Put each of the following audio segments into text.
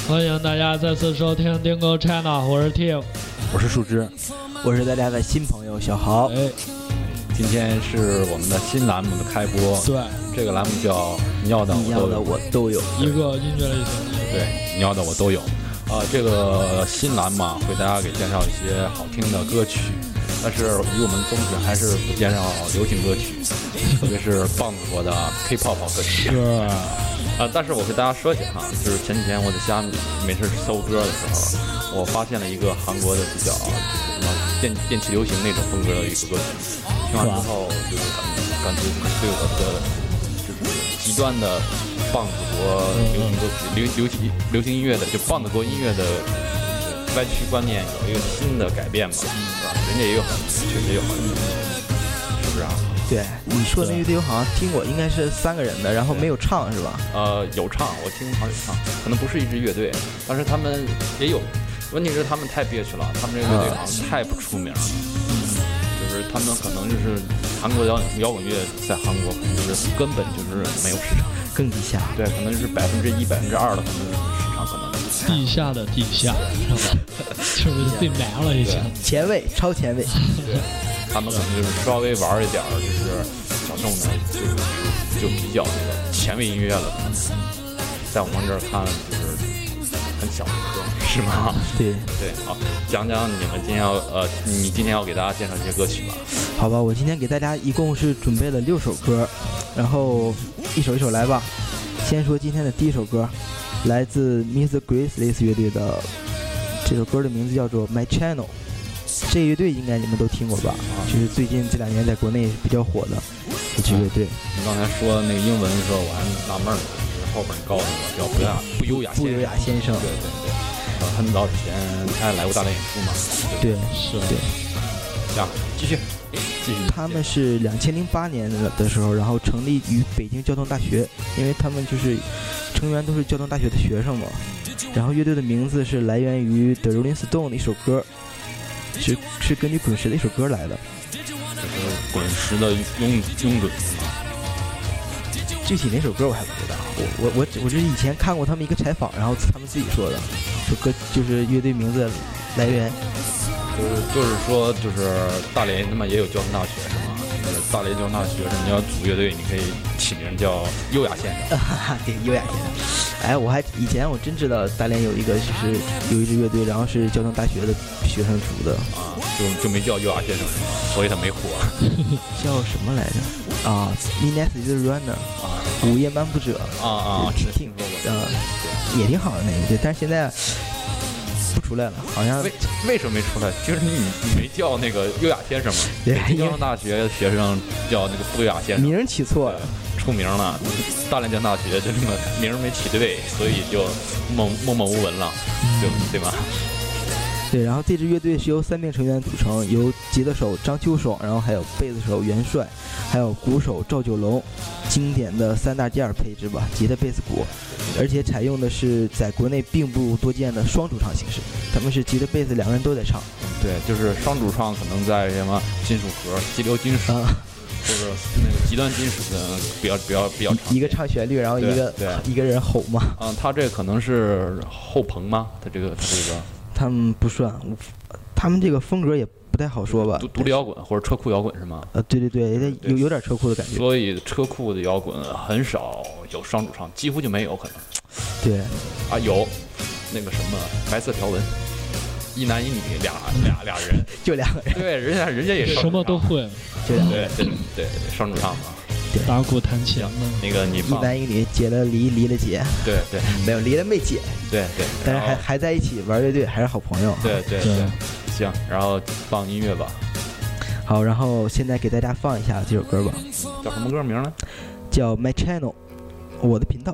欢迎大家再次收听 Dingo China， 我是 Tim， 我是树枝， 我是大家的新朋友小豪。 今天是我们的新栏目的开播， 对， 这个栏目叫你要的我都有， 一个音乐类型， 对，你要的我都有。这个新栏目会大家给介绍一些好听的歌曲，但是以我们宗旨还是不介绍流行歌曲，特别是棒子国的 K-pop 歌曲。 是。 但是我给大家说一下哈，就是前几天我在家没事搜歌的时候，我发现了一个韩国的比较什么电气流行那种风格的一个歌曲，听完之后就是感觉对我的就是极端的棒子国流行音乐的就棒子国音乐的歪曲观念有一个新的改变嘛，是吧？人家也有确实有好音乐，是不是啊？ 对，你说的那乐队我好像听过，应该是3个人的，然后没有唱是吧？ 有唱，我听好像有唱，可能不是一支乐队，但是他们也有。问题是他们太憋屈了，他们这个乐队好像太不出名了，就是他们可能就是韩国摇滚乐在韩国可能就是根本就是没有市场， 更低下。 对，可能是1%、2%的可能市场可能。 地下的地下，就是最难了已经。 前卫，超前卫。 对。他们可能就是稍微玩一点就是小众的，就比较那个前卫音乐了。在我们这儿看就是很小的歌，是吗？ 对， 好，讲讲你们你今天要给大家介绍一些歌曲吧。 好吧，我今天给大家一共是准备了6首歌，然后一首一首来吧。先说今天的第一首歌，来自 Mr. Graceless 乐队的，这首歌的名字叫做 My Channel。这个乐队应该你们都听过吧？就是最近这2年在国内比较火的一支乐队。 你刚才说那个英文的时候，我还纳闷呢，就是后边告诉我叫不优雅先生。对，很早之前他还来过大连演出嘛。 对， 是。对，这样继续。 他们是2008年的时候，然后成立于北京交通大学，因为他们就是成员都是交通大学的学生嘛。然后乐队的名字是来源于 The Rolling Stone 的一首歌。是根据滚石的一首歌来的， 就是滚石的拥趸是吗？ 具体哪首歌我还不知道，我是以前看过他们一个采访，然后他们自己说的，说歌就是乐队名字来源， 就是说就是大连他们也有交通大学是吗？大连交通大学生你要组乐队，你可以起名叫优雅先生。 对，优雅先生。哎，以前我真知道大连有一个就是有一支乐队，然后是交通大学的学生组的啊，就没叫优雅先生，所以他没火。 叫什么来着？啊 ，Midnight is the Runner 啊，午夜漫步者啊，听说过， 也挺好的那个乐队，但是现在不出来了，好像为什么没出来？就是你没叫那个优雅先生吗？ 对， 交通大学学生叫那个不优雅先生， 名起错了。 出名了，大连交通大学就这么名没起对，所以就默默无闻了，对吧？ 对，然后这支乐队是由3名成员组成，由吉他手张秋爽，然后还有贝斯手袁帅，还有鼓手赵九龙，经典的3大件配置吧，吉他、贝斯、鼓，而且采用的是在国内并不多见的双主唱形式，他们是吉他、贝斯2个人都在唱。 对，就是双主唱可能在什么金属盒、激流金属。或者那个极端金属的比较一个唱旋律，然后一个人吼嘛。 他这可能是后朋吗？ 他们不算，他们这个风格也不太好说吧。 独立摇滚或者车库摇滚是吗？ 对，有点车库的感觉。 所以车库的摇滚很少有双主唱，几乎就没有可能。 对啊，有那个什么白色条纹。1男1女俩人， 就2个人。 对，人家也什么都会。 对， 双主唱嘛。 对， 打鼓弹琴的。 那个你 1男1女结了离了结。 对， 没有离了没结。 对。 但是还在一起玩乐队，还是好朋友。 对。行，然后放音乐吧。 好，然后现在给大家放一下这首歌吧。 叫什么歌名呢？ 叫 My Channel， 我的频道。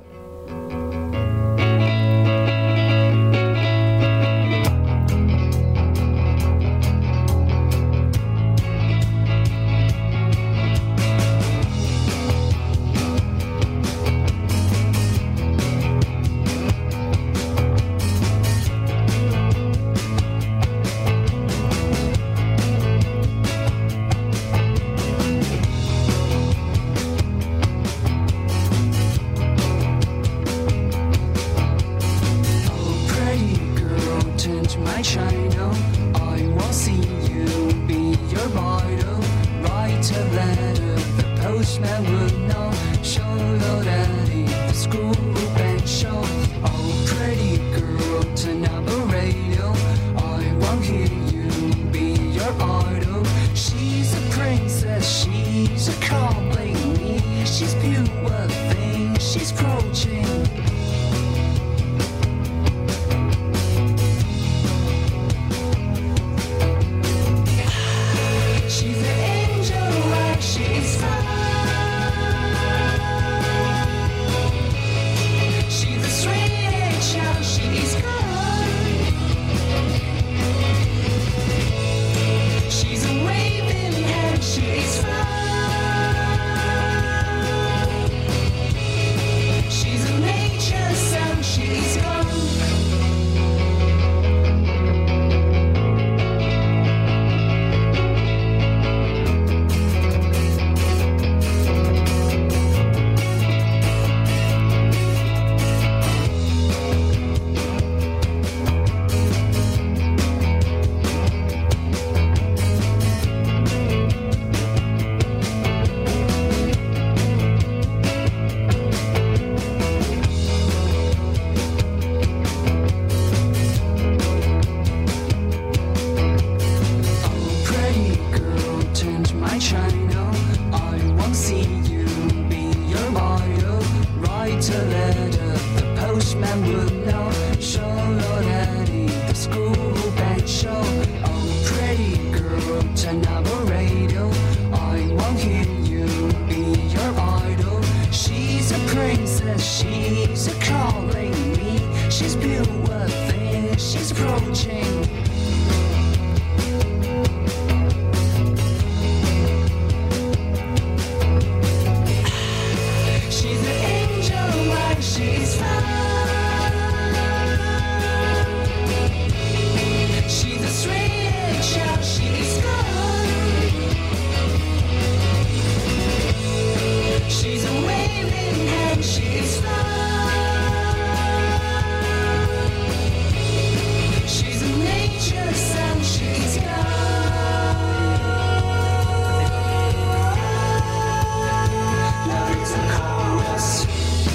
postman would know. Show your daddy the school bench show. Oh, pretty girl, turn up the radio. I won't hear you be your idol. She's a princess, she's a calling me. She's pure thing, she's approaching. She's an angel like she's fine. She's a sweet child, she's kind. She's a waving hand, she's fine. She's a nature sound, she's gone. She's a calling me. She's pure thing. She's approaching. She's an angel like she's fine. She's a sweet child. She's gone. She's a waving hand. She's fine. She's a nature sound. She's gone. Now it's a chorus.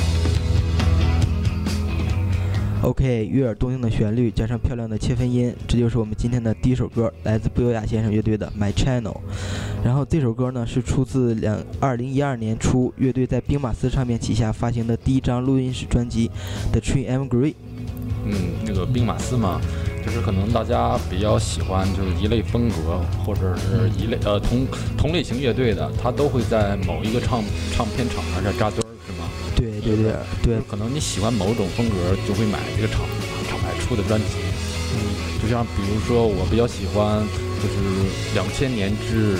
OK， 悦耳动听的旋律加上漂亮的切分音，这就是我们今天的第一首歌，来自不优雅先生乐队的 My Channel。然后这首歌呢是出自2012年初乐队在兵马司唱片旗下发行的第一张录音室专辑 The Tree I'm Green。 那个兵马司嘛，就是可能大家比较喜欢就是一类风格或者是一类同类型乐队的，他都会在某一个唱片厂牌上扎堆儿，是吗？对，可能你喜欢某种风格，就会买这个厂牌出的专辑。就像比如说我比较喜欢就是2000年至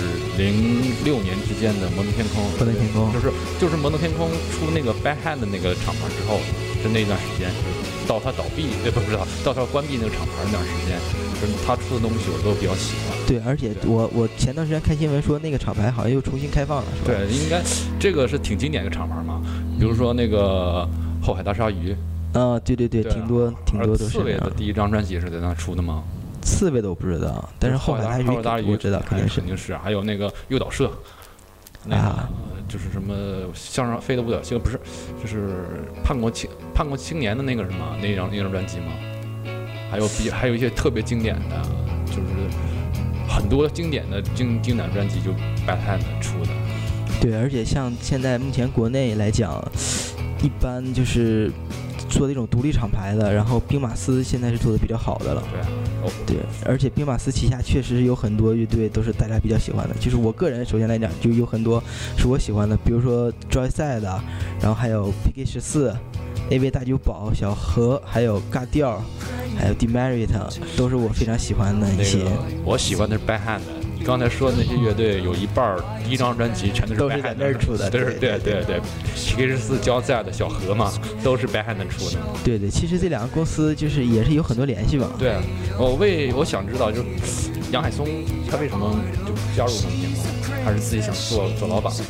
06年之间的摩登天空，就是摩登天空出那个 Bad Hand 的那个厂牌之后，就那段时间，到他倒闭，不知道到他关闭那个厂牌那段时间，就是他出的东西我都比较喜欢。 对，而且我前段时间看新闻说那个厂牌好像又重新开放了，是吧？ 对，应该这个是挺经典的厂牌嘛，比如说那个后海大鲨鱼。 对，挺多都是。 刺猬的第一张专辑是在那出的吗？ 刺猬的我不知道，但是后海大鱼我知道，肯定是。 还有那个诱导社，那个就是什么向上飞的不了星，不是，就是叛国青年的那个什么那张专辑吗？还有一些特别经典的，就是很多经典的经典专辑就Bad Hand出的。 对，而且像现在目前国内来讲，一般就是做这种独立厂牌的，然后兵马司现在是做的比较好的了。对，而且兵马司旗下确实有很多乐队都是大家比较喜欢的。就是我个人首先来讲，就有很多是我喜欢的，比如说 Joyside 的，然后还有 PK14、AV 大酒保、小何，还有尬调，还有 Demerit， 都是我非常喜欢的一些。 我喜欢的是 Bad Hand。你刚才说的那些乐队有一半第一张专辑全都是在那儿出的， 对，PK14、Joyside 的小何嘛，都是 Bad Hand 出的。 对，其实这两个公司就是也是有很多联系吧。 对，我想知道，就是杨海松他为什么就加入摩登天空，还是自己想做老板？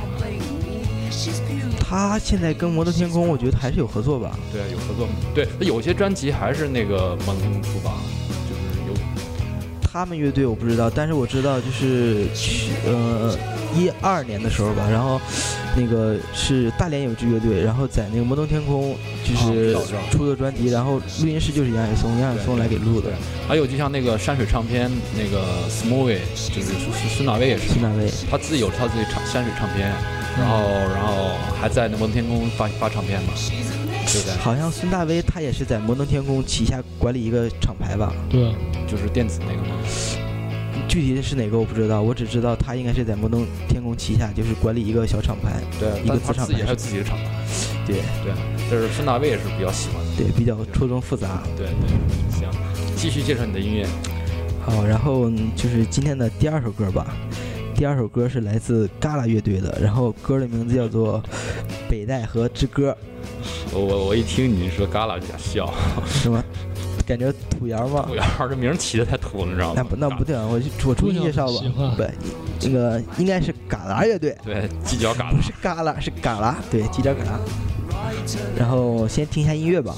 他现在跟摩登天空，我觉得还是有合作吧。 对，有合作。对，有些专辑还是那个摩登天空出吧。 他们乐队我不知道，但是我知道就是12年的时候吧，然后那个是大连有支乐队，然后在那个摩登天空就是出的专辑，然后录音师就是杨雪松来给录的。 还有就像那个山水唱片那个 Smoothie， 就是孙大威也是， 孙大威他自己有他自己山水唱片，然后还在那摩登天空发唱片嘛，对不对？ 好像孙大威他也是在摩登天空旗下管理一个厂牌吧？ 对， 就是电子那个吗？ 具体是哪个我不知道，我只知道他应该是在摩登天空旗下，就是管理一个小厂牌， 对， 一个子厂牌， 还有自己的厂牌。 对， 就是孙大威也是比较喜欢的， 对，比较错综复杂。 对，行，继续介绍你的音乐。 好，然后就是今天的第二首歌吧。第二首歌是来自嘎啦乐队的，然后歌的名字叫做《北戴河之歌》。 我一听你说嘎啦就想笑， 什么？感觉土窑吗？ 土窑这名起的太土了，你知道吗？ 那不对啊，我重新介绍吧。不，那个应该是嘎啦乐队。 对，犄角嘎啦。 不是嘎啦，是嘎啦。对，犄角嘎啦。然后先听一下音乐吧。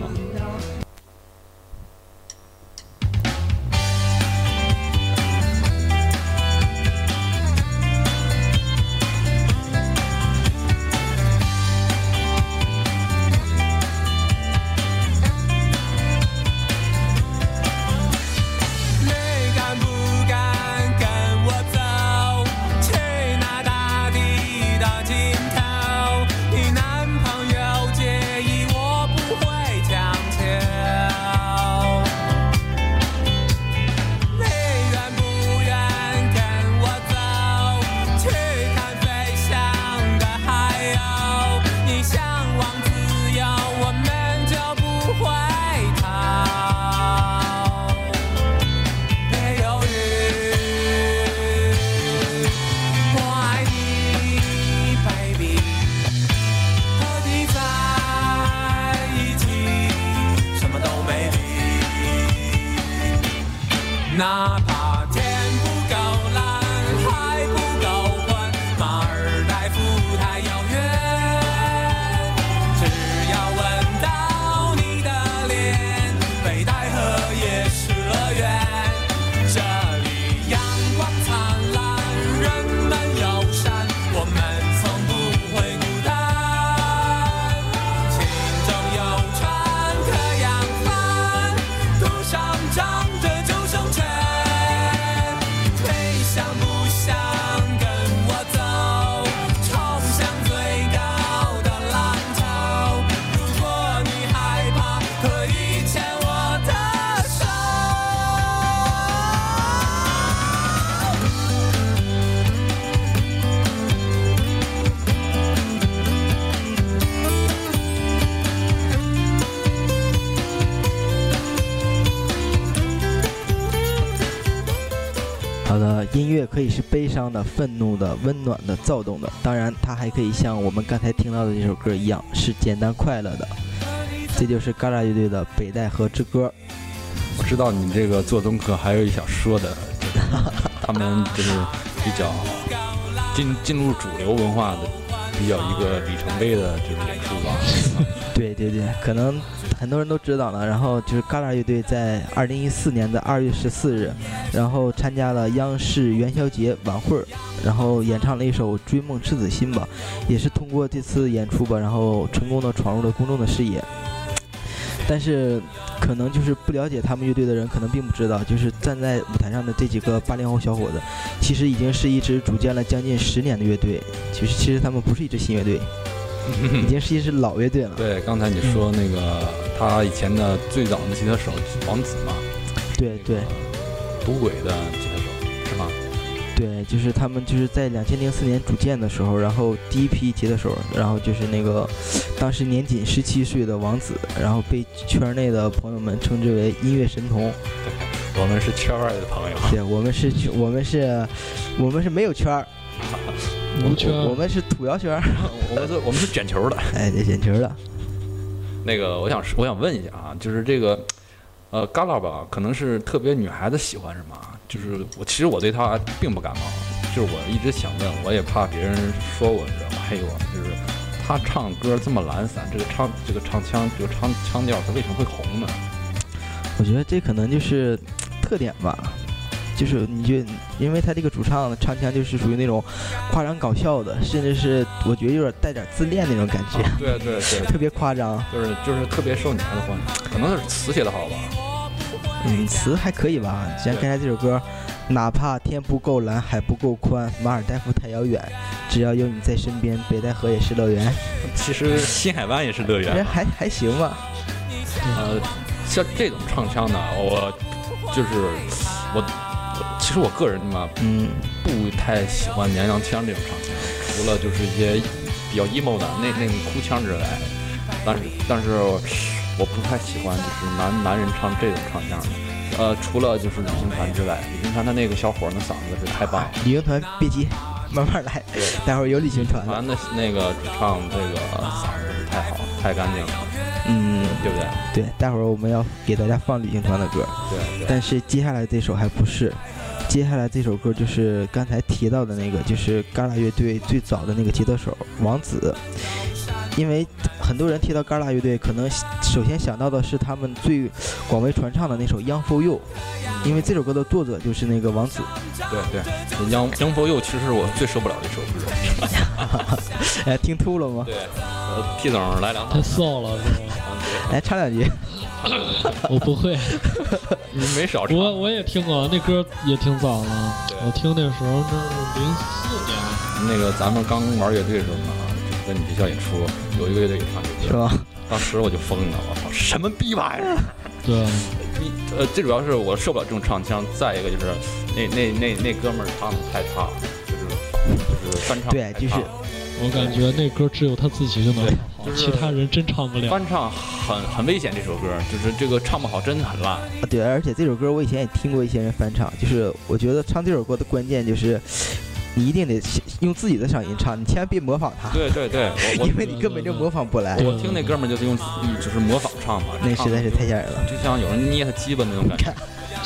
哪怕天不够蓝，海不够宽，马尔代夫太遥远。只要闻到你的脸，北戴河也是乐园。这里阳光灿烂，人们友善，我们从不会孤单。心中有船可扬帆，途上长着救生圈。想不想跟我走，冲向最高的浪潮？如果你害怕，可以牵我的手。 好的，音乐可以是悲伤的、愤怒的、温暖的、躁动的，当然它还可以像我们刚才听到的这首歌一样，是简单快乐的。这就是嘎啦乐队的《北戴河之歌》。 我知道你这个做综课还有一想说的，他们就是比较进入主流文化的比较一个里程碑的就是演出吧。 对，可能很多人都知道了。然后就是嘎啦乐队在2014年的2月14日，然后参加了央视元宵节晚会，然后演唱了一首《追梦赤子心》吧，也是通过这次演出吧，然后成功的闯入了公众的视野。但是可能就是不了解他们乐队的人可能并不知道，就是站在舞台上的这几个80后小伙子，其实已经是一支组建了将近10年的乐队。其实他们不是一支新乐队，已经是一支老乐队了。 对，刚才你说那个他以前的最早的吉他手王子嘛， 对， 赌鬼的吉他手是吗？ 对，就是他们就是在2004年组建的时候，然后第一批吉他手，然后就是那个当时年仅17岁的王子，然后被圈内的朋友们称之为音乐神童。 对，我们是圈外的朋友。 对，我们是没有圈儿， 无圈， 我们是土窑圈儿， 我们是卷球的。 哎，对，卷球的。 那个，我想问一下啊，就是这个，嘎啦吧，可能是特别女孩子喜欢是吗？就是其实我对她并不感冒，就是我一直想问，我也怕别人说我，你知道吗？黑我，就是她唱歌这么懒散，这个唱腔，这个腔调，她为什么会红呢？ 我觉得这可能就是特点吧， 就是你就因为他这个主唱唱腔就是属于那种夸张搞笑的，甚至是我觉得有点带点自恋那种感觉， 对对对， 特别夸张。 就是特别受女孩的欢迎，可能是词写的好吧。 词还可以吧。像刚才这首歌，哪怕天不够蓝，海不够宽，马尔代夫太遥远，只要有你在身边，北戴河也是乐园。 其实新海湾也是乐园， 还行吧。 像这种唱腔呢，其实我个人嘛，不太喜欢娘娘腔这种唱腔，除了就是一些比较 emo 的那种哭腔之外，但是我不太喜欢就是男人唱这种唱腔的。除了就是旅行团之外，旅行团他那个小伙那嗓子是太棒了。 旅行团别急，慢慢来，待会儿有旅行团。 团的那个主唱这个嗓子是太好了，太干净了。对不对？ 对，待会儿我们要给大家放旅行团的歌。 对。 但是接下来这首还不是，接下来这首歌就是刚才提到的那个，就是嘎啦乐队最早的那个吉他手王子。因为很多人提到嘎啦乐队，可能首先想到的是他们最广为传唱的那首《Young for You》，因为这首歌的作者就是那个王子。 对，Young for You 其实我最受不了这首歌。 哎，听秃了吗？ 对，P 总来两太臊了是吧？ 来唱两句。 我不会。 你没少唱。 我也听过，那歌也挺早了。我听那时候那是04年。 那个咱们刚玩乐队的时候嘛，在你学校演出有一个乐队也唱这歌， 是吧？ 当时我就疯了，我操，什么逼玩意儿！ 对。 最主要是我受不了这种唱腔，再一个就是那哥们儿唱的太差了，就是翻唱。 对，就是我感觉那歌只有他自己就能唱好，其他人真唱不了。 翻唱很危险，这首歌就是这个唱不好真的很烂。 对，而且这首歌我以前也听过一些人翻唱，就是我觉得唱这首歌的关键就是你一定得用自己的嗓音唱，你千万别模仿他。 对， 因为你根本就模仿不来。 我听那哥们儿就是就是模仿唱嘛， 那实在是太吓人了， 就像有人捏他鸡巴那种感觉。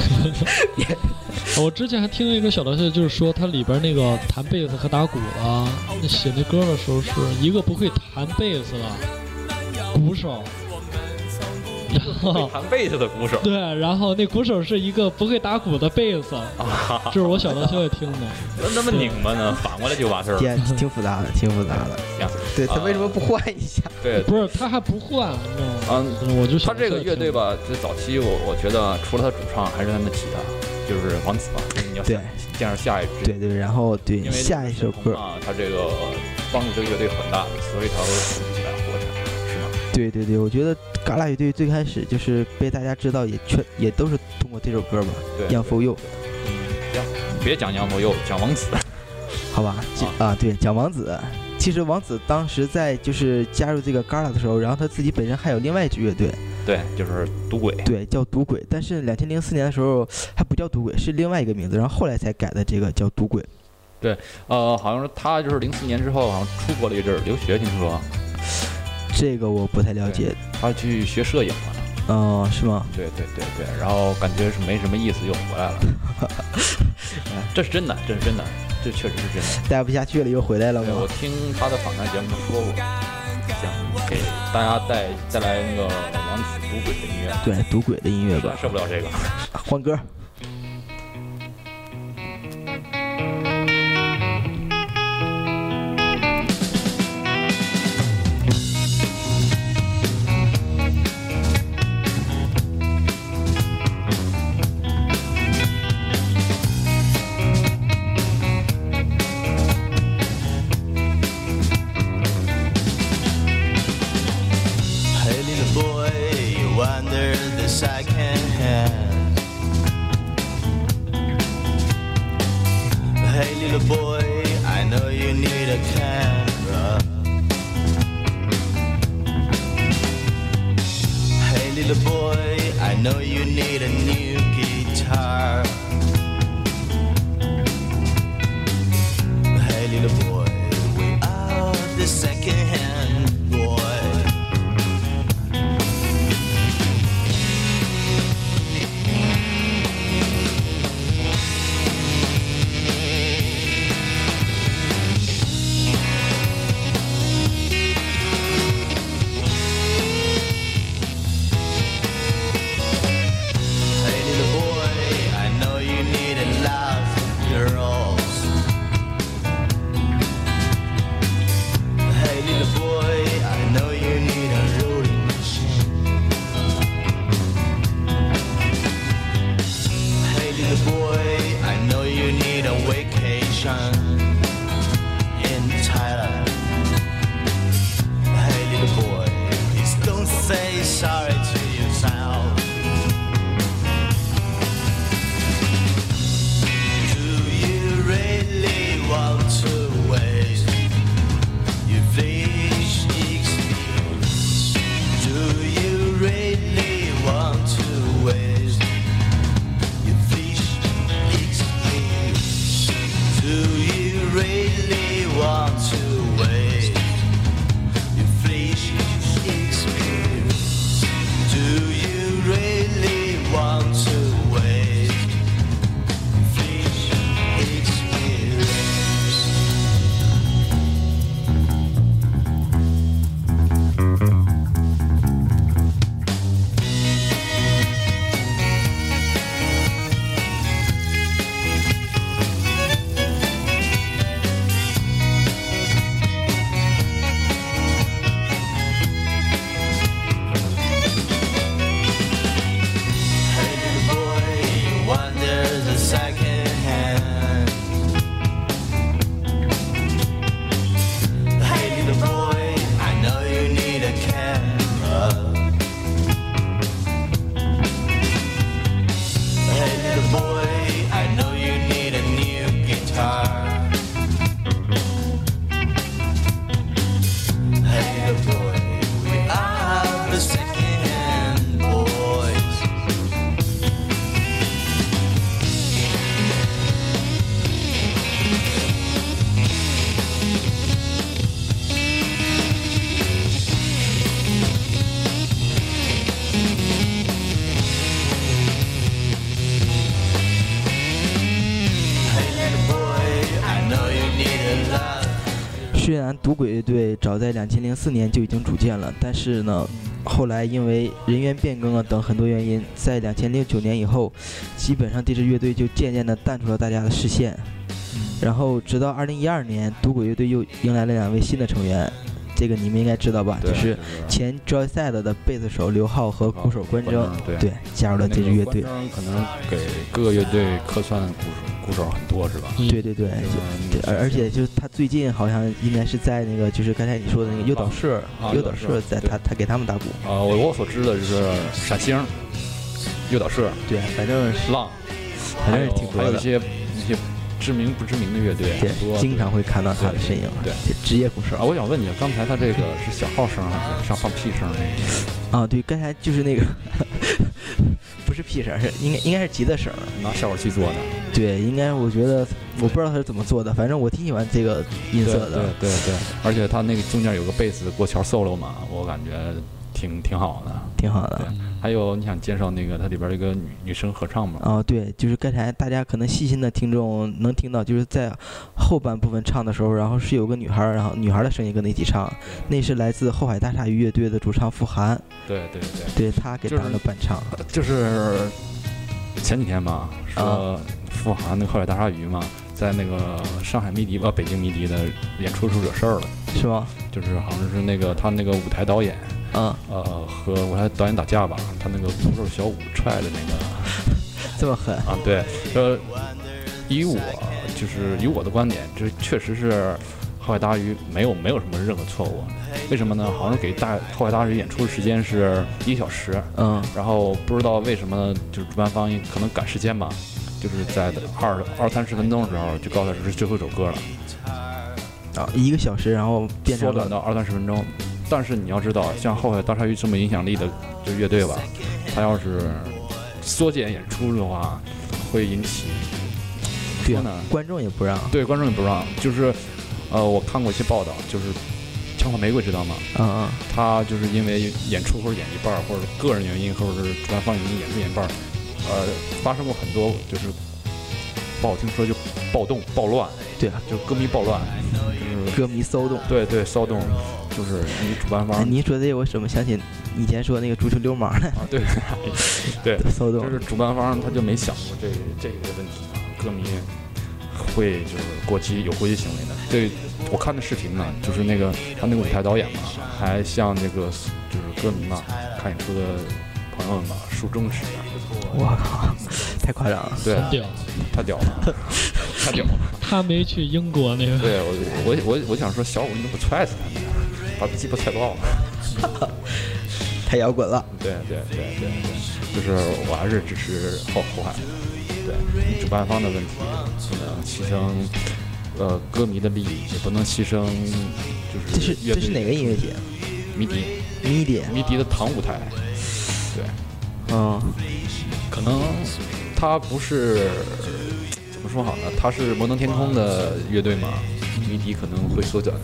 我之前还听了一个小道消息，就是说他里边那个弹贝斯和打鼓的，那写那歌的时候是一个不会弹贝斯的鼓手，然后弹贝斯的鼓手， 对，然后那鼓手是一个不会打鼓的贝斯，这是我小道消息听的。 那么拧巴呢？反过来就完事儿了。 挺复杂的。对，他为什么不换一下？ 对， 不是他还不换，我就他这个乐队吧，这早期我觉得除了他主唱还是他们吉他，就是王子吧。你要见着下一支。 对，然后对下一首歌啊，他这个帮助这个乐队很大，所以他会起来火起来，是吗？ 对，我觉得嘎啦乐队最开始就是被大家知道，也都是通过这首歌吧。 对， Young for You。 行，别讲Young for You，讲王子。 好吧，对，讲王子。其实王子当时在就是加入这个嘎啦的时候，然后他自己本身还有另外一支乐队， 对，就是赌鬼， 对，叫赌鬼。但是2004年的时候还不叫赌鬼，是另外一个名字，然后后来才改的这个叫赌鬼。 对，好像是他就是04年之后好像出国了一阵留学，听说。 这个我不太了解。 他去学摄影了。 是吗？ 对，然后感觉是没什么意思，又回来了。这是真的，这确实是真的。 待不下去了，又回来了吗？ 我听他的访谈节目说过。行，给大家再来那个王子赌鬼的音乐。 对，赌鬼的音乐吧。 受不了这个， 换歌。 station in Thailand. Hey little boy, please don't say sorry to yourself. Do you really want to waste your fish experience? Do you really want to waste your fish experience? Do you really want to waste your fish experience? Do you really want to waste your fish experience? Hey little boy, you wonder the second hand. Hey little boy, I know you need a camera. Hey little boy, I know you need a new guitar. Hey little boy, we are the second hand boys. Hey little boy, I know you need a love. 虽然赌鬼乐队早在2004年就已经组建了，但是呢，后来因为人员变更啊等很多原因，在2009年以后，基本上这支乐队就渐渐的淡出了大家的视线。然后直到2012年，赌鬼乐队又迎来了2位新的成员，这个你们应该知道吧？ 对就是前 Joyside 的贝斯手刘浩和鼓手关铮， 对对，加入了这支乐队。 关铮可能给各个乐队客串鼓手很多是吧？ 对对对，而且就是他最近好像应该是在那个就是刚才你说的那个诱导社，诱导社在他给他们打鼓。 我所知的就是闪星、诱导社、 对，反正是浪， 反正是挺多的。 还有一些知名不知名的乐队， 对很多， 经常会看到他的身影。 对， 职业鼓手。 我想问你，刚才他这个是小号声还是像放屁声那个？对，刚才就是那个不是屁声，是应该是吉他声， 拿效果器做的。 对，应该我觉得我不知道他是怎么做的，反正我挺喜欢这个音色的。 对，而且他那个中间有个贝斯过桥 solo 嘛，我感觉挺好的， 挺好的。 还有你想介绍那个它里边这个女生合唱吗？ 对，就是刚才大家可能细心的听众能听到，就是在后半部分唱的时候，然后是有个女孩，然后女孩的声音跟她一起唱，那是来自后海大鲨鱼乐队的主唱傅涵。对，她给当了伴唱。 就是前几天吧，说傅涵那个后海大鲨鱼嘛，在那个上海迷笛北京迷笛的演出时惹事儿了， 是吗？ 就是好像是那个他那个舞台导演。和舞台导演打架吧，他那个鼓手小五踹的那个， 这么狠啊？对，以我的观点，这确实是后海大鱼没有什么任何错误。为什么呢？好像给后海大鱼演出的时间是1个小时，然后不知道为什么就是主办方可能赶时间吧，就是在20-30分钟的时候就告诉他这是最后一首歌了。 1个小时，然后变成缩短到20-30分钟。但是你要知道，像后海大鲨鱼这么影响力的这乐队吧，他要是缩减演出的话，会引起对呢，观众也不让。 对，观众也不让。就是我看过一些报道，就是枪火玫瑰知道吗？他就是因为演出或者演一半，或者个人原因，或者是主办方原因演出演一半，发生过很多就是不好听说就暴动暴乱。 对啊， 就是歌迷暴乱，就是歌迷骚动。 对，骚动。就是你主办方， 你说这我怎么想起以前说那个足球流氓呢？ 对， 骚动。 就是主办方他就没想过这个问题嘛，歌迷会就是有过激行为的。对，我看的视频呢，就是那个他那个舞台导演嘛，还向那个就是歌迷嘛看演出的朋友们嘛竖中指。 我靠，太夸张了！ 对， 很屌， 太屌了，太屌了。 他没去英国那个。 对我想说，小五你怎么不踹死他呢？把鸡巴踹爆了。 太摇滚了。 对，就是我还是支持后海。对，主办方的问题不能牺牲歌迷的利益，也不能牺牲就是这是哪个音乐节？ 迷笛的糖舞台。对，可能他不是怎么说好呢？他是摩登天空的乐队嘛，迷笛可能会缩短。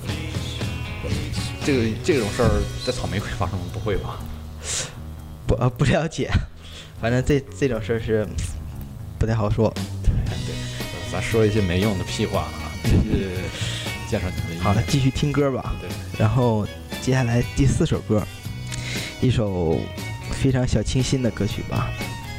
这种事儿在草莓会发生吗？不会吧？ 不了解，反正这种事儿是不太好说。 对，咱说一些没用的屁话啊，介绍你们的音乐。 好了，继续听歌吧。 对， 然后接下来第4首歌，一首非常小清新的歌曲吧。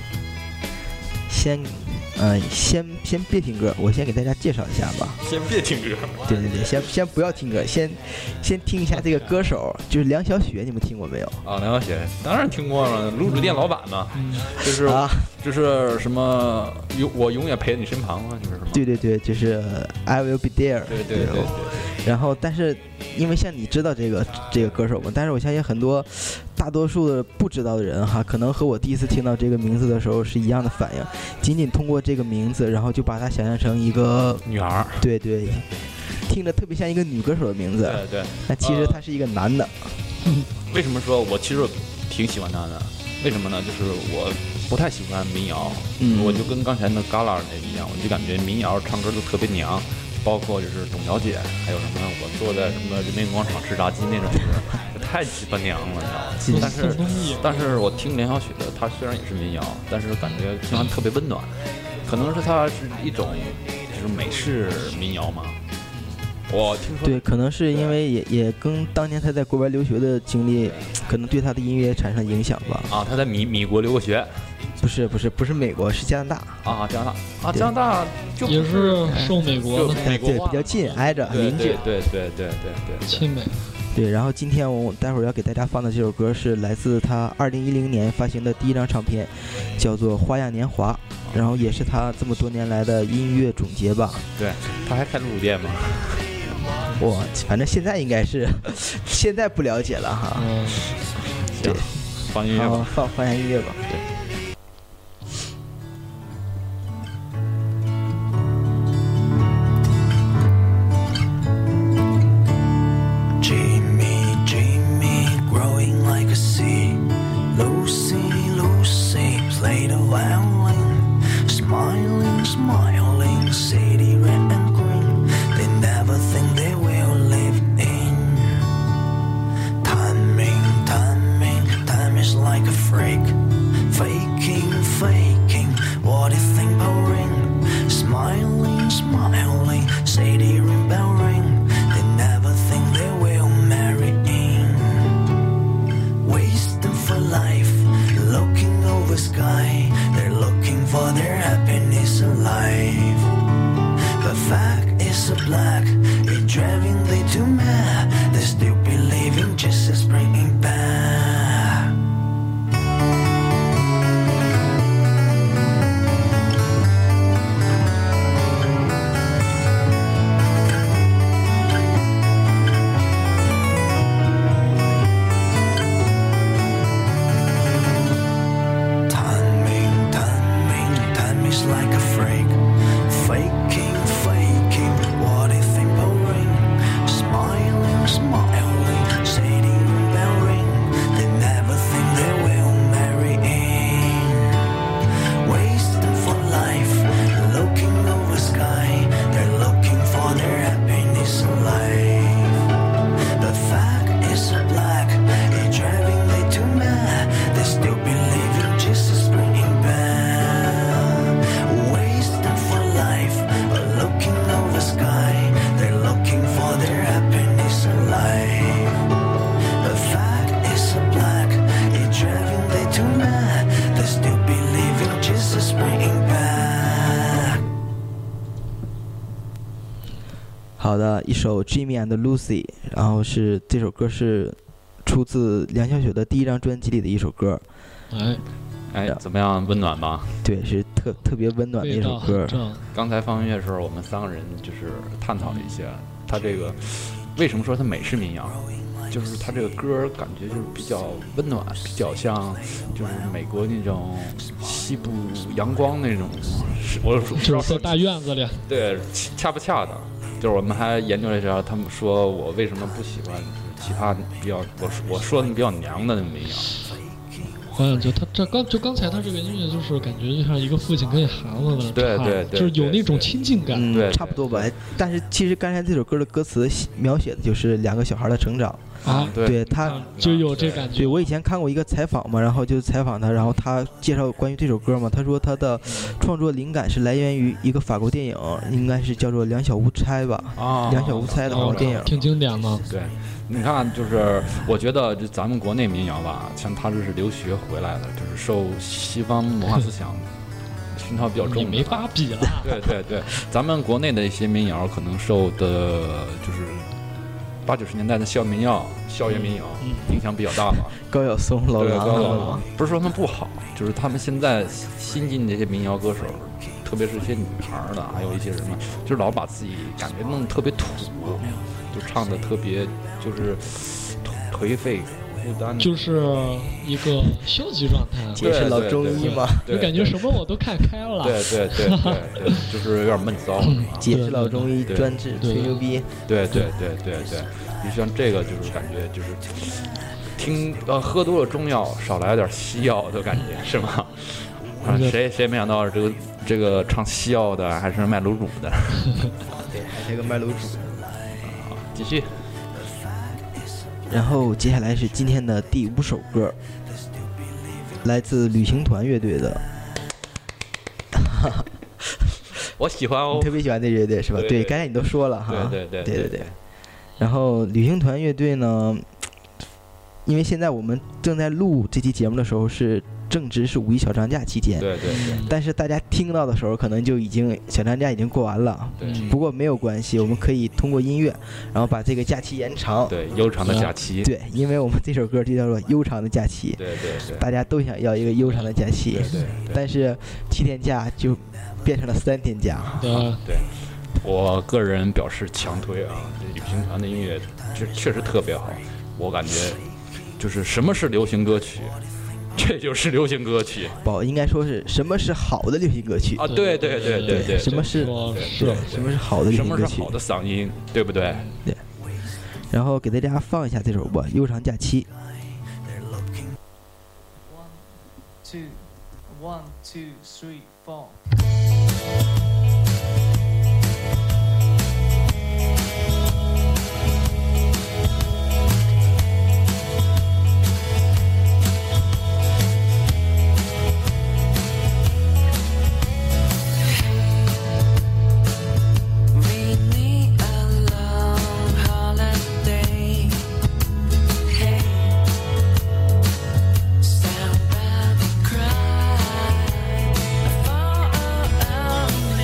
先别听歌，我先给大家介绍一下吧。 先别听歌。 对，先不要听歌，先听一下这个歌手，就是梁小雪，你们听过没有？ 啊，梁小雪当然听过了，卤煮店老板嘛，就是什么我永远陪在你身旁嘛，就是什么？ 对，就是 I will be there。 对。 然后，但是因为像你知道这个歌手嘛，但是我相信很多大多数的不知道的人哈，可能和我第一次听到这个名字的时候是一样的反应，仅仅通过这个名字，然后就把它想象成一个女孩。 对，听着特别像一个女歌手的名字。 对， 但其实他是一个男的。 为什么说我其实挺喜欢他的？为什么呢？就是我不太喜欢民谣，我就跟刚才那旮旯那一样，我就感觉民谣唱歌都特别娘。包括就是董小姐，还有什么我坐在什么人民广场吃炸鸡那种歌，太鸡巴娘了，你知道吗？但是我听梁小雪的，她虽然也是民谣，但是感觉听完特别温暖。可能是她是一种就是美式民谣嘛。我听说对，可能是因为也跟当年她在国外留学的经历，可能对她的音乐产生影响吧。 啊，她在米国留过学。 不是美国，是加拿大啊，加拿大就也是受美国的， 对，比较近，挨着邻居， 对， 亲美。 对，然后今天我待会儿要给大家放的这首歌是来自他2010年发行的第一张唱片，叫做《花样年华》，然后也是他这么多年来的音乐总结吧。 对，他还开卤煮店吗？ 我反正现在应该是，现在不了解了哈。 行，放音乐吧， 放下音乐吧。 对。 好的，一首 Jimmy and Lucy， 然后是这首歌是出自梁小雪的第一张专辑里的一首歌。 哎， 哎，怎么样？温暖吧？ 对，是特别温暖的一味道首歌很。正。 刚才放音乐的时候，我们3个人就是探讨了一些，他这个为什么说它美式民谣，就是他这个歌感觉就是比较温暖，比较像就是美国那种西部阳光那种，我不知道说就是在大院子里， 对恰不恰当。就是我们还研究了一下，他们说我为什么不喜欢其他比较我说的比较娘的那种民谣。 好像就他刚才他这个音乐就是感觉就像一个父亲跟孩子们唱， 对对对就是有那种对对亲近感。 嗯对， 差不多吧。但是其实刚才这首歌的歌词描写的就是2个小孩的成长。 啊， 对他就有这感觉。 对，我以前看过一个采访嘛，然后就采访他，然后他介绍关于这首歌嘛，他说他的创作灵感是来源于一个法国电影，应该是叫做《两小无猜》吧， 啊， 两小无猜的法国电影。 挺经典的。 对，你看，就是我觉得就咱们国内民谣吧，像他这是留学回来的，就是受西方文化思想熏陶比较重的。 你没法比了。 对对对，咱们国内的一些民谣可能受的就是80、90年代的校园民谣影响比较大吧。 高晓松、老对，高晓狼松，不是说他们不好，就是他们现在新进的这些民谣歌手，特别是一些女孩儿的，还有一些什么，就是老把自己感觉弄得特别土，就唱的特别就是颓废孤单， 就是一个消极状态， 解释老中医嘛， 对就感觉什么我都看开了。 对对对对对，就是有点闷骚， 解释老中医， 对专治对吹牛逼。 对对对对对，就像这个就是感觉就是听喝多了中药，少来点西药的感觉是吗？啊，谁没想到这个唱西药的还是卖卤煮的？ 对，还是个卖卤煮。 继续。 然后接下来是今天的第5首歌，来自旅行团乐队的。 我喜欢哦你，特别喜欢这乐队是吧？ 对对刚才你都说了哈。 对对对对。然后旅行团乐队呢，因为现在我们正在录这期节目的时候是正值是5一小长假期间， 对对对但是大家听到的时候可能就已经小长假已经过完了。 对不过没有关系，我们可以通过音乐，然后把这个假期延长。 对，悠长的假期。 对，因为我们这首歌就叫做《悠长的假期》， 对对对。 大家都想要一个悠长的假期， 对对对。 但是7天假就变成了3天假。 对， 对，我个人表示强推啊，这旅行团的音乐确实特别好，我感觉就是什么是流行歌曲，这就是流行歌曲不，应该说是什么是好的流行歌曲啊！对对对对对， 什么是是什么是好的流什行歌曲？ 么是好的嗓音，对不对？ 对。然后给大家放一下这首吧，《悠长假期》。 1, 2, 3, 4. Read me a long holiday. Hey, stand by the cry. I fall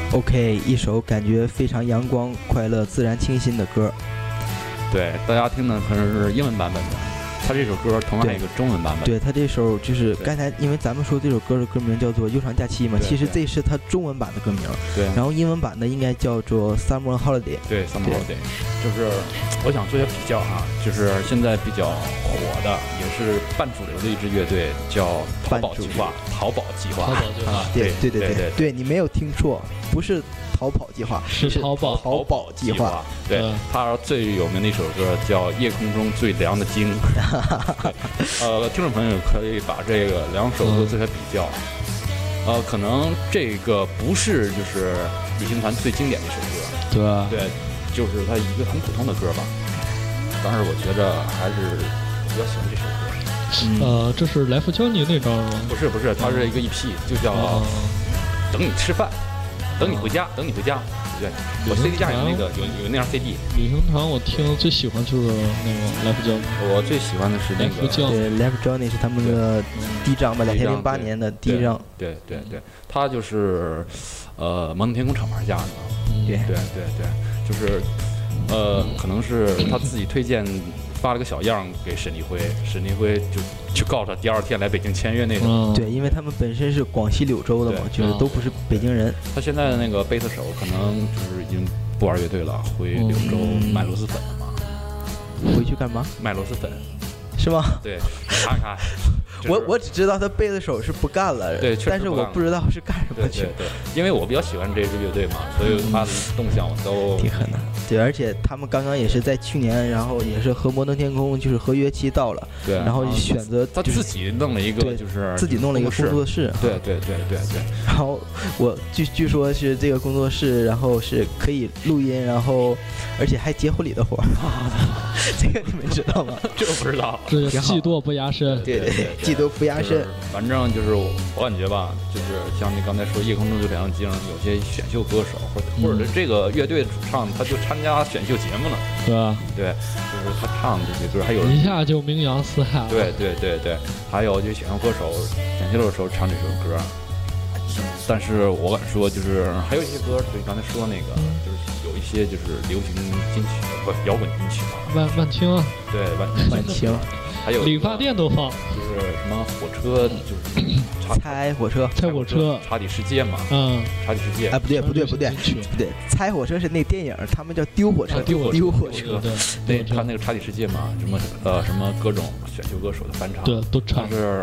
OK， 一首感觉非常阳光、快乐、自然、清新的歌。 对，大家听的可能是英文版本的，他这首歌同样还有一个中文版本。 对他这首就是对刚才，因为咱们说这首歌的歌名叫做《悠长假期》嘛， 对其实这是他中文版的歌名， 对， 然后英文版的应该叫做《Summer Holiday》。 对 Summer Holiday，就是我想做一下比较哈，就是现在比较火的，也是半主流的一支乐队叫淘宝计划。淘宝计划， 淘宝计划对对对对，你没有听错，不是逃跑计划， 是淘宝淘宝计划。 对，他最有名的一首歌叫《夜空中最凉的鲸》。听众朋友可以把这个两首歌做一下比较。可能这个不是就是旅行团最经典的一首歌， 对， 对，就是它一个很普通的歌吧。但是我觉着还是比较喜欢这首歌。 这是来福教你那张吗？ 不是，它是一个 EP，就叫等你吃饭，等你回家，等你回家。对，我 CD 架有那个有那张 CD。 旅行团我听最喜欢就是那个来福教你。 我最喜欢的是那个对 Life Journey 是他们的第一张吧，2008年的第一张。 对，他就是摩登天空厂牌下的。对，就是可能是他自己推荐。发了个小样给沈立辉，沈立辉就去告他，第二天来北京签约那种。 对，因为他们本身是广西柳州的嘛，就是都不是北京人。 他现在的那个贝斯手可能就是已经不玩乐队了，回柳州卖螺蛳粉了嘛。 回去干嘛？ 卖螺蛳粉， 是吗？ 对，看看。 我只知道他贝斯手是不干了， 对，确实但是我不知道是干什么去。 对，因为我比较喜欢这支乐队嘛，所以他的动向我都挺狠的。对，而且他们刚刚也是在去年，然后也是和摩登天空就是合约期到了， 对， 然后选择他自己弄了一个就是自己弄了一个工作室， 对。 然后我据说是这个工作室，然后是可以录音，然后而且还接婚礼的活儿，这个你们知道吗？ 这个不知道， 这个技多不压身， 对，技多不压身。 反正就是我感觉吧，就是像你刚才说夜空中最亮的鲸，有些选秀歌手或者是这个乐队的主唱，他就参加选秀节目了， 对吧？ 对，就是他唱的这些歌，还有一下就名扬四海了。 对，还有就选秀歌手选秀的时候唱这首歌。但是我敢说，就是还有一些歌，就刚才说那个，就是有一些就是流行金曲，不摇滚金曲嘛。 万青啊， 对， 万青， 还有理发店都放， 就是什么火车，就是猜火车， 查理世界嘛，查理世界。 哎，不对，猜火车是那电影，他们叫丢火车，丢火车。 对，他那个查理世界嘛，什么各种选秀歌手的翻唱， 对，都唱。 但是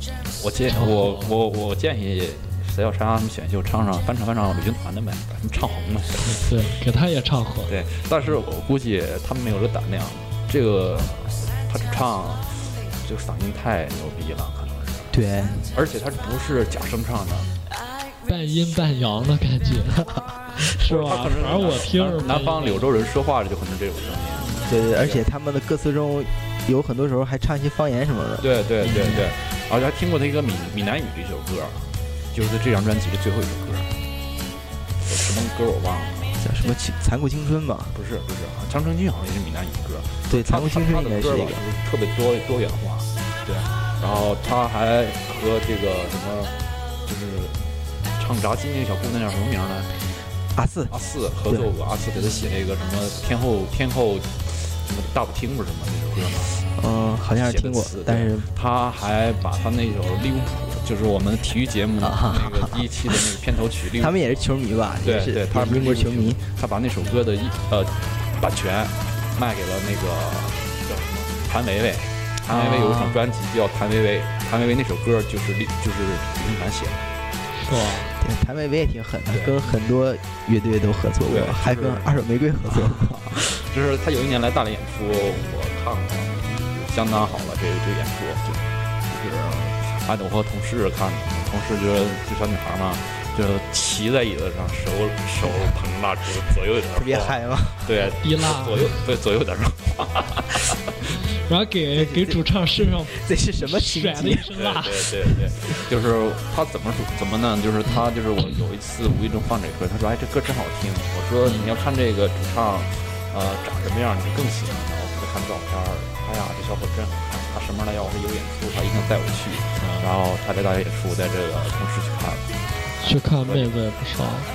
我建议。谁要参加他们选秀，翻唱旅行团的呗，把他们唱红了。 对，给他也唱红。 对，但是我估计他们没有这胆量。这个他唱，这个嗓音太牛逼了，可能是。 对， 而且他不是假声唱的， 半阴半阳的感觉，是吧？反正我听南方柳州人说话就可能这种声音。 对，而且他们的歌词中有很多时候还唱一些方言什么的。 对，而且还听过他一个闽南语的一首歌。就是这张专辑的最后一首歌，什么歌我忘了， 叫什么残酷青春吧？ 不是，长城军好像也是闽南语歌。 对，残酷青春应该是一个特别多元化。对，然后他还和这个什么，就是唱炸鸡那个小姑娘叫什么名呢？阿四合作过，阿四给他写了一个什么天后什么大舞厅不是什么那首歌吗？ 好像是听过，但是他还把他那首利物浦。就是我们体育节目那个第一期的那个片头曲， 他们也是球迷吧？ 对，他是英国球迷。 他把那首歌的版权卖给了那个叫什么谭维维。谭维维有一张专辑叫谭维维，谭维维那首歌就是旅行团写的， 是吧？ 对，谭维维也挺狠的，跟很多乐队都合作过，还跟二手玫瑰合作过。 就是他有一年来大连演出，我看过，相当好了。这个演出就是我和同事看的，同事就小女孩嘛，就骑在椅子上，手捧着蜡烛，左右有点特别嗨嘛。 对， 滴蜡， 左右有点晃。 然后给主唱身上这是什么甩了一身蜡？ 对，就是他怎么呢？就是他就是我有一次无意中放这歌，他说这歌真好听。我说你要看这个主唱长什么样，你就更喜欢他。我给他看照片，哎呀，这小伙真好看。他什么时候来要是有演出，他一定带我去。然后他在大学演出，在这个同时去看妹子也不少。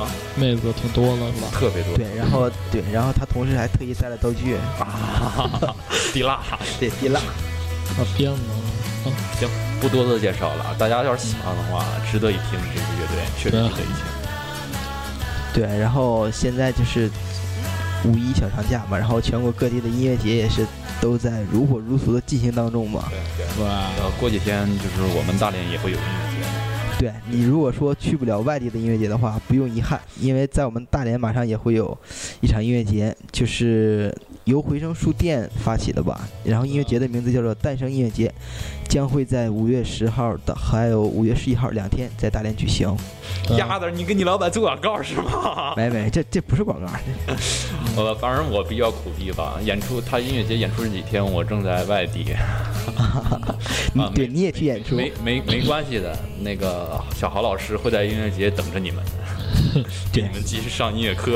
妹子挺多了是吧？ 特别多。 对，然后他同时还特意带了道具， 滴蜡。 对，滴蜡。 鞭子。 行，不多做介绍了，大家要是喜欢的话，值得一听这个乐队，确实值得一听。 对，然后现在就是五一小长假嘛，然后全国各地的音乐节也是都在如火如荼的进行当中嘛。 对。过几天就是我们大连也会有音乐节。 对，你如果说去不了外地的音乐节的话，不用遗憾，因为在我们大连马上也会有一场音乐节，就是由回声书店发起的吧。然后音乐节的名字叫做诞生音乐节，将会在5月10号的还有5月11号2天在大连举行。 丫的，你给你老板做广告是吗？ 没，这不是广告。 反正我比较苦逼吧。演出，他音乐节演出这几天，我正在外地。 对，你也去演出？ 没关系的。那个小豪老师会在音乐节等着你们，给你们继续上音乐课。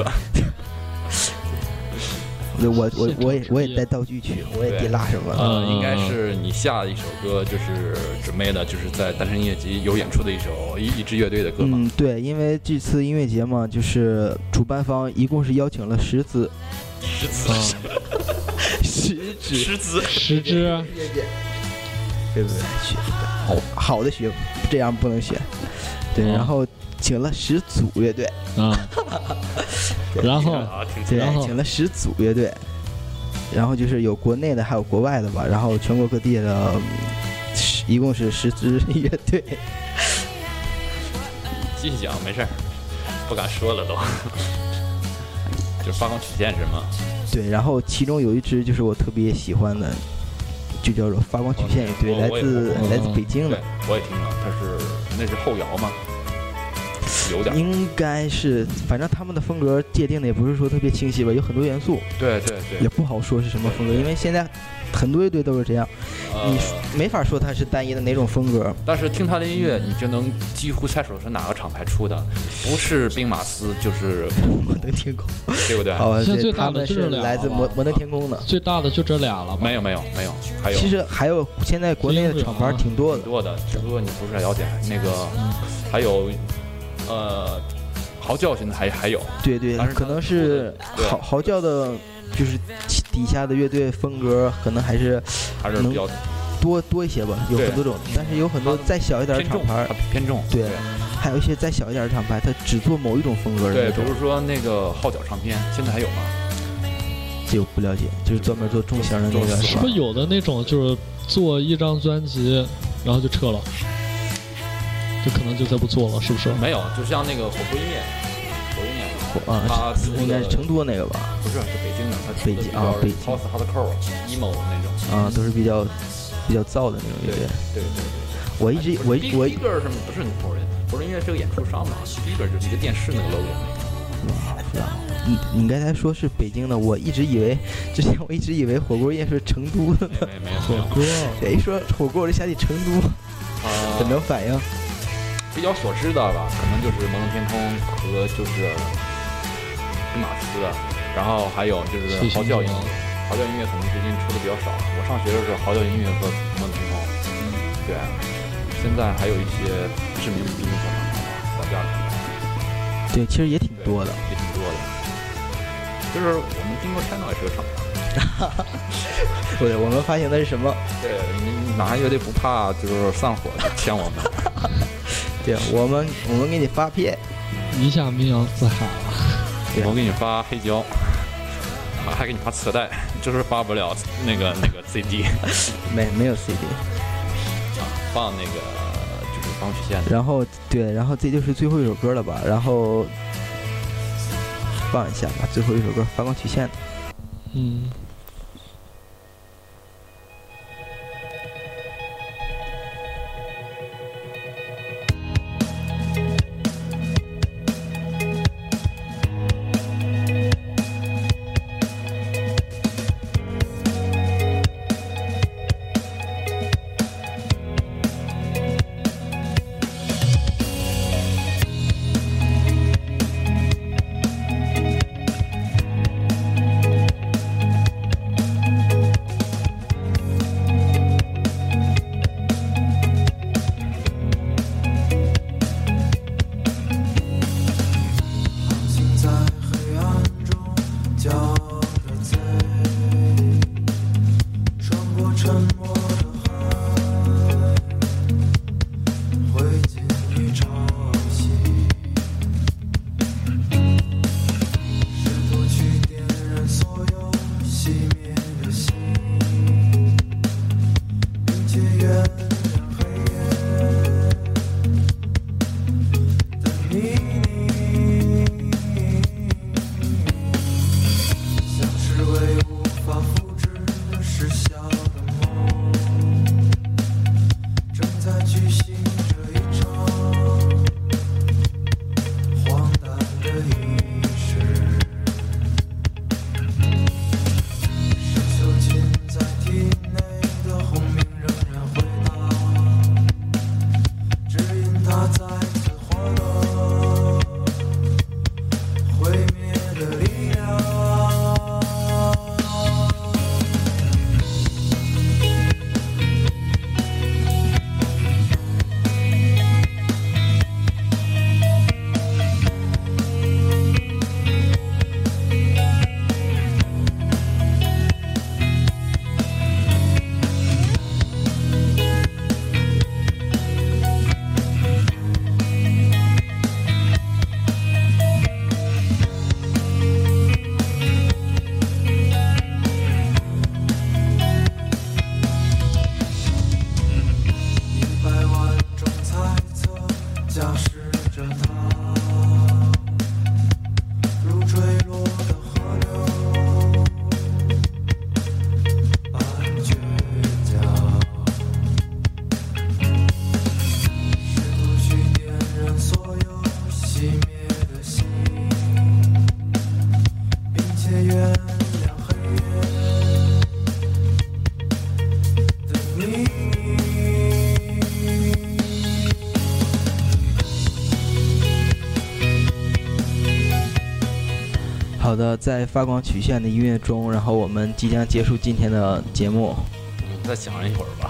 我也带道具去，我也滴蜡什么的。应该是你下一首歌就是准备的，就是在诞生音乐节有演出的一支乐队的歌嘛。 对，因为这次音乐节嘛，就是主办方一共是邀请了10支，对不对？好的学，这样不能选。对，然后请了10组乐队。 然后请了10组乐队，然后就是有国内的，还有国外的吧，然后全国各地的，一共是10支乐队。 继续讲，没事儿，不敢说了都。就是发光曲线是吗？ 对，然后其中有一支就是我特别喜欢的，就叫做发光曲线乐队，来自北京的。 我也听了，那是后摇吗？有点应该是，反正他们的风格界定的也不是说特别清晰吧，有很多元素。 对， 也不好说是什么风格，因为现在很多乐队都是这样，你没法说它是单一的哪种风格。 但是听他的音乐，你就能几乎猜出是哪个厂牌出的，不是兵马司就是摩登天空， 对不对？ 现在最大的就是来自摩登天空的， 最大的就这俩了吧？ 没有，还有。 其实还有现在国内的厂牌挺多的， 只不过你不是了解。那个还有。嚎叫现在还有， 对，可能是嚎叫的，就是底下的乐队风格可能还是比较多一些吧，有很多种，但是有很多再小一点的厂牌偏重， 对，还有一些再小一点的厂牌，它只做某一种风格的那种。 对，比如说那个号角唱片，现在还有吗？ 这我不了解，就是专门做重型的那个， 是不是有的那种就是做一张专辑，然后就撤了？就可能就再不做了，是不是？ 没有，就像那个火锅音乐，他应该是成都那个吧？ 不是，是北京的，他北京啊，北京 House Hardcore emo 那种都是比较燥的那种乐队。 对。 我一个是不是火锅音乐是个演出商嘛？第一个就是一个电视那个 logo。 你刚才说是北京的，我一直以为火锅业是成都的。 没有火锅。 对，一说火锅我就想起成都。怎么反应？ 比较所知的吧，可能就是摩登天空和就是兵马司的，然后还有就是嚎叫音乐。嚎叫音乐可能最近出的比较少。我上学的时候，嚎叫音乐和摩登天空。对，现在还有一些知名的小厂牌，大家对，其实也挺多的， 就是我们Dingo Channel也是个厂牌。 对，我们发行的是什么？ 对，你哪乐队不怕就是散伙就签我们？ 对，我们给你发片， 一下名扬四海了。 我给你发黑胶，还给你发磁带，就是发不了那个 CD。 没有 CD。 放那个就是方曲线的。 然后这就是最后一首歌了吧？然后放一下吧，最后一首歌发光曲线的。 好的，在发光曲线的音乐中，然后我们即将结束今天的节目。 再想一会儿吧。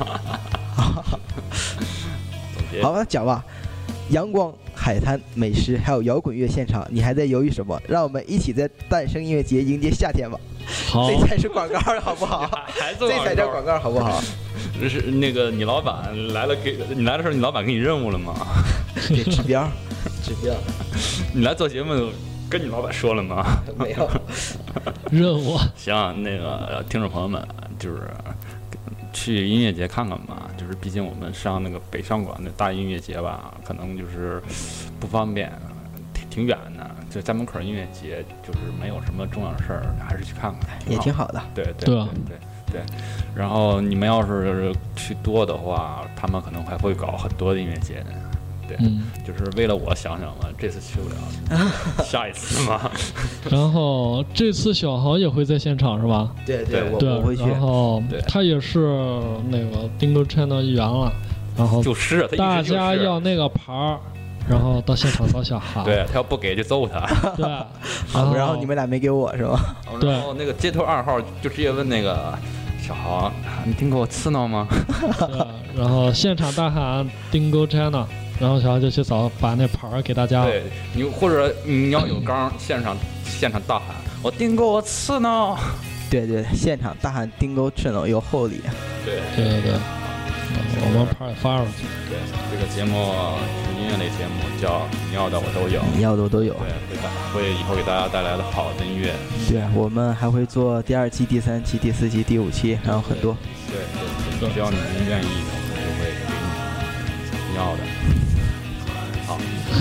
好吧，讲吧。阳光、海滩、美食，还有摇滚乐现场，你还在犹豫什么？让我们一起在诞生音乐节迎接夏天吧！ 好， 这才是广告，好不好？这才叫广告，好不好？ 这是那个你老板来了，你来的时候，你老板给你任务了吗？ 给指标，指标。 你来做节目跟你老板说了吗？ 没有。 任务。 行，那个听众朋友们，就是去音乐节看看吧。就是毕竟我们上那个北上广的大音乐节吧，可能就是不方便，挺远的。就在门口音乐节，就是没有什么重要的事儿，还是去看看， 也挺好的。 对。然后你们要是去多的话，他们可能还会搞很多的音乐节呢。对，就是为了我想想嘛，这次去不了，下一次嘛。 然后这次小豪也会在现场是吧？ 对， 对， 我会去。 然后他也是那个 Dingo Channel 一员了，然后就是大家要那个牌儿，然后到现场找小豪。 对，他要不给就揍他。 对， 然后你们俩没给我是吧？ 对。 然后那个街头2号就直接问那个小豪，你听过我刺挠吗？ 对，然后现场大喊 Dingo Channel。然后小豪就去把那牌儿给大家。 对，你或者你要有缸，现场大喊我订购我刺挠。 对，现场大喊订购刺挠有厚礼。 对， 我们牌也发出去。 对，这个节目是音乐类节目，叫你要的我都有。 你要的我都有。 对，会以后给大家带来的好的音乐。 对，我们还会做第2期、第3期、第4期、第5期，然后很多。 对，只要你们愿意，我们就会给你要的。好，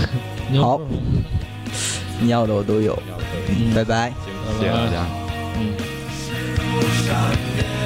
你要的我都有。拜拜， 谢谢大家。